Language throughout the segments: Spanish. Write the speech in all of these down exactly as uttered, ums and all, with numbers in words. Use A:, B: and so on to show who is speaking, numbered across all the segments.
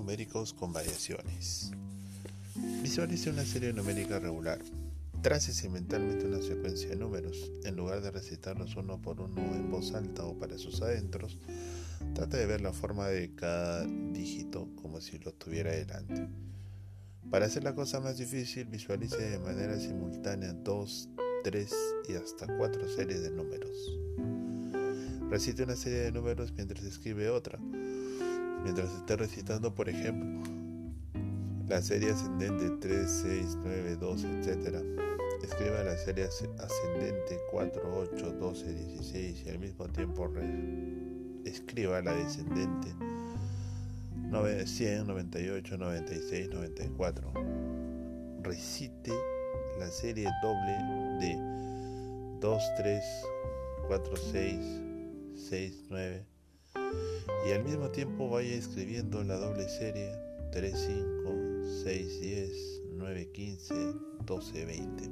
A: numéricos con variaciones. Visualice una serie numérica regular. Trácese mentalmente una secuencia de números. En lugar de recitarlos uno por uno en voz alta o para sus adentros, trata de ver la forma de cada dígito como si lo tuviera delante. Para hacer la cosa más difícil, visualice de manera simultánea dos, tres y hasta cuatro series de números. Recite una serie de números mientras escribe otra. Mientras esté recitando, por ejemplo, la serie ascendente tres, seis, nueve, doce, etcétera, escriba la serie ascendente cuatro, ocho, doce, dieciséis y al mismo tiempo re- escriba la descendente cien, noventa y ocho, noventa y seis, noventa y cuatro. Recite la serie doble de dos, tres, cuatro, seis, seis, nueve y al mismo tiempo vaya escribiendo la doble serie tres, cinco, seis, diez, nueve, quince, doce, veinte.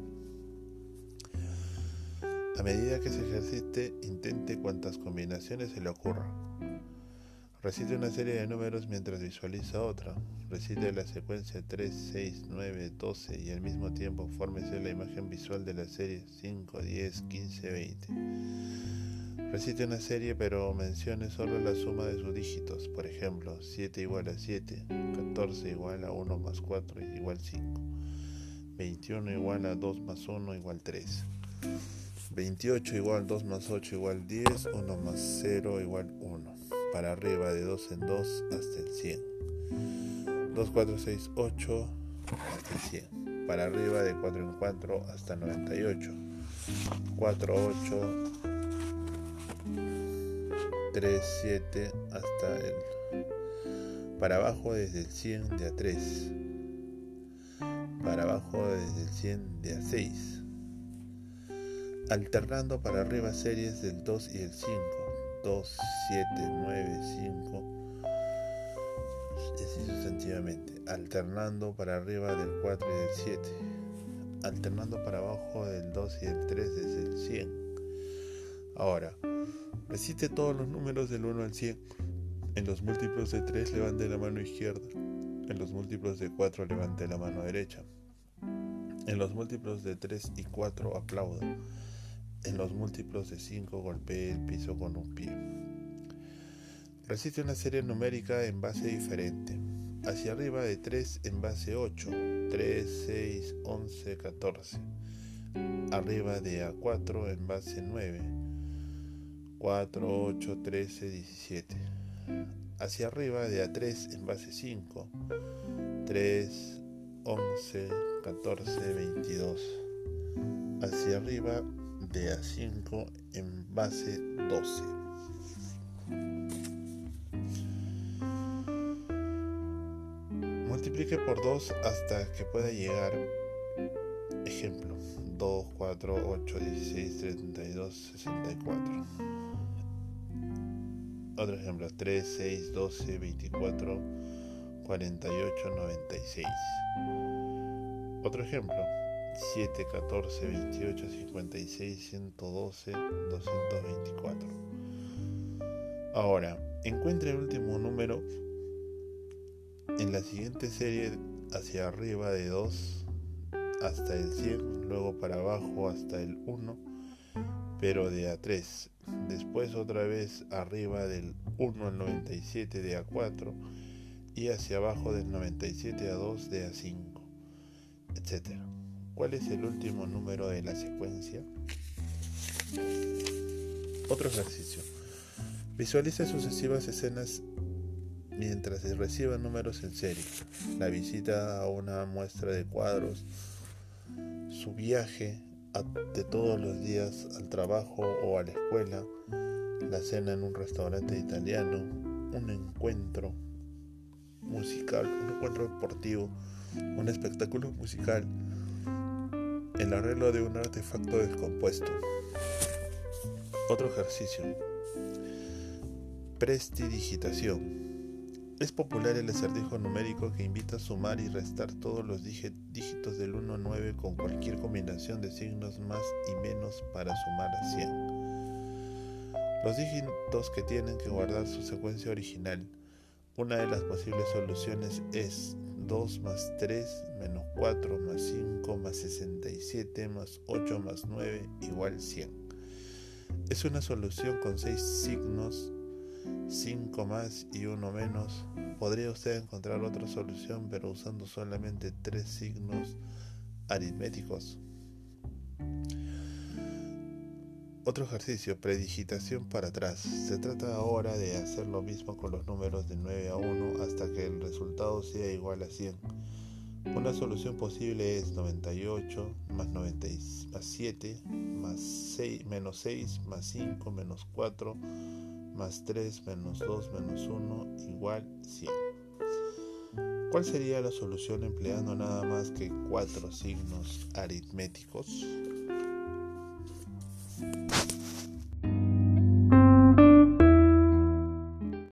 A: A medida que se ejercite, intente cuantas combinaciones se le ocurra. Recite una serie de números mientras visualiza otra. Recite la secuencia tres, seis, nueve, doce y al mismo tiempo fórmese la imagen visual de la serie cinco, diez, quince, veinte. Recite una serie pero mencione solo la suma de sus dígitos. Por ejemplo, siete igual a siete, catorce igual a uno más cuatro igual cinco, veintiuno igual a dos más uno igual tres, veintiocho igual a dos más ocho igual diez, uno más cero igual uno. Para arriba de dos en dos hasta el cien. dos, cuatro, seis, ocho hasta el cien. Para arriba de cuatro en cuatro hasta noventa y ocho. cuatro, ocho, tres, siete hasta el... Para abajo desde el cien de a tres. Para abajo desde el cien de a seis. Alternando para arriba series del dos y el cinco. dos, siete, nueve, cinco, y así sucesivamente, alternando para arriba del cuatro y del siete, alternando para abajo del dos y del tres desde el cien. Ahora, recite todos los números del uno al cien. En los múltiplos de tres levante la mano izquierda, en los múltiplos de cuatro levante la mano derecha, en los múltiplos de tres y cuatro aplauda. En los múltiplos de cinco golpee el piso con un pie. Recite una serie numérica en base diferente. Hacia arriba de tres en base ocho, tres, seis, once, catorce. Arriba de a cuatro en base nueve, cuatro, ocho, trece, diecisiete. Hacia arriba de a tres en base cinco, tres, once, catorce, veintidós. Hacia arriba de a cinco en base doce. Multiplique por dos hasta que pueda llegar. Ejemplo: dos, cuatro, ocho, dieciséis, treinta y dos, sesenta y cuatro. Otro ejemplo: tres, seis, doce, veinticuatro, cuarenta y ocho, noventa y seis. Otro ejemplo: siete, catorce, veintiocho, cincuenta y seis, ciento doce, doscientos veinticuatro. Ahora, encuentre el último número en la siguiente serie hacia arriba de dos hasta el cien, luego para abajo hasta el uno, pero de a tres. Después otra vez arriba del uno al noventa y siete de a cuatro y hacia abajo del noventa y siete a dos de a cinco, etcétera. ¿Cuál es el último número de la secuencia? Otro ejercicio. Visualice sucesivas escenas mientras se reciban números en serie. La visita a una muestra de cuadros, su viaje de todos los días al trabajo o a la escuela, la cena en un restaurante italiano, un encuentro musical, un encuentro deportivo, un espectáculo musical, el arreglo de un artefacto descompuesto. Otro ejercicio. Prestidigitación. Es popular el acertijo numérico que invita a sumar y restar todos los dígitos del uno al nueve con cualquier combinación de signos más y menos para sumar a cien. Los dígitos que tienen que guardar su secuencia original. Una de las posibles soluciones es dos más tres menos cuatro más cinco más sesenta y siete más ocho más nueve igual cien. Es una solución con seis signos, cinco más y uno menos. Podría usted encontrar otra solución, pero usando solamente tres signos aritméticos. Otro ejercicio, predigitación para atrás. Se trata ahora de hacer lo mismo con los números de nueve a uno hasta que el resultado sea igual a cien. Una solución posible es noventa y ocho más, noventa más siete más seis, menos seis más cinco menos cuatro más tres menos dos menos uno igual cien. ¿Cuál sería la solución empleando nada más que cuatro signos aritméticos?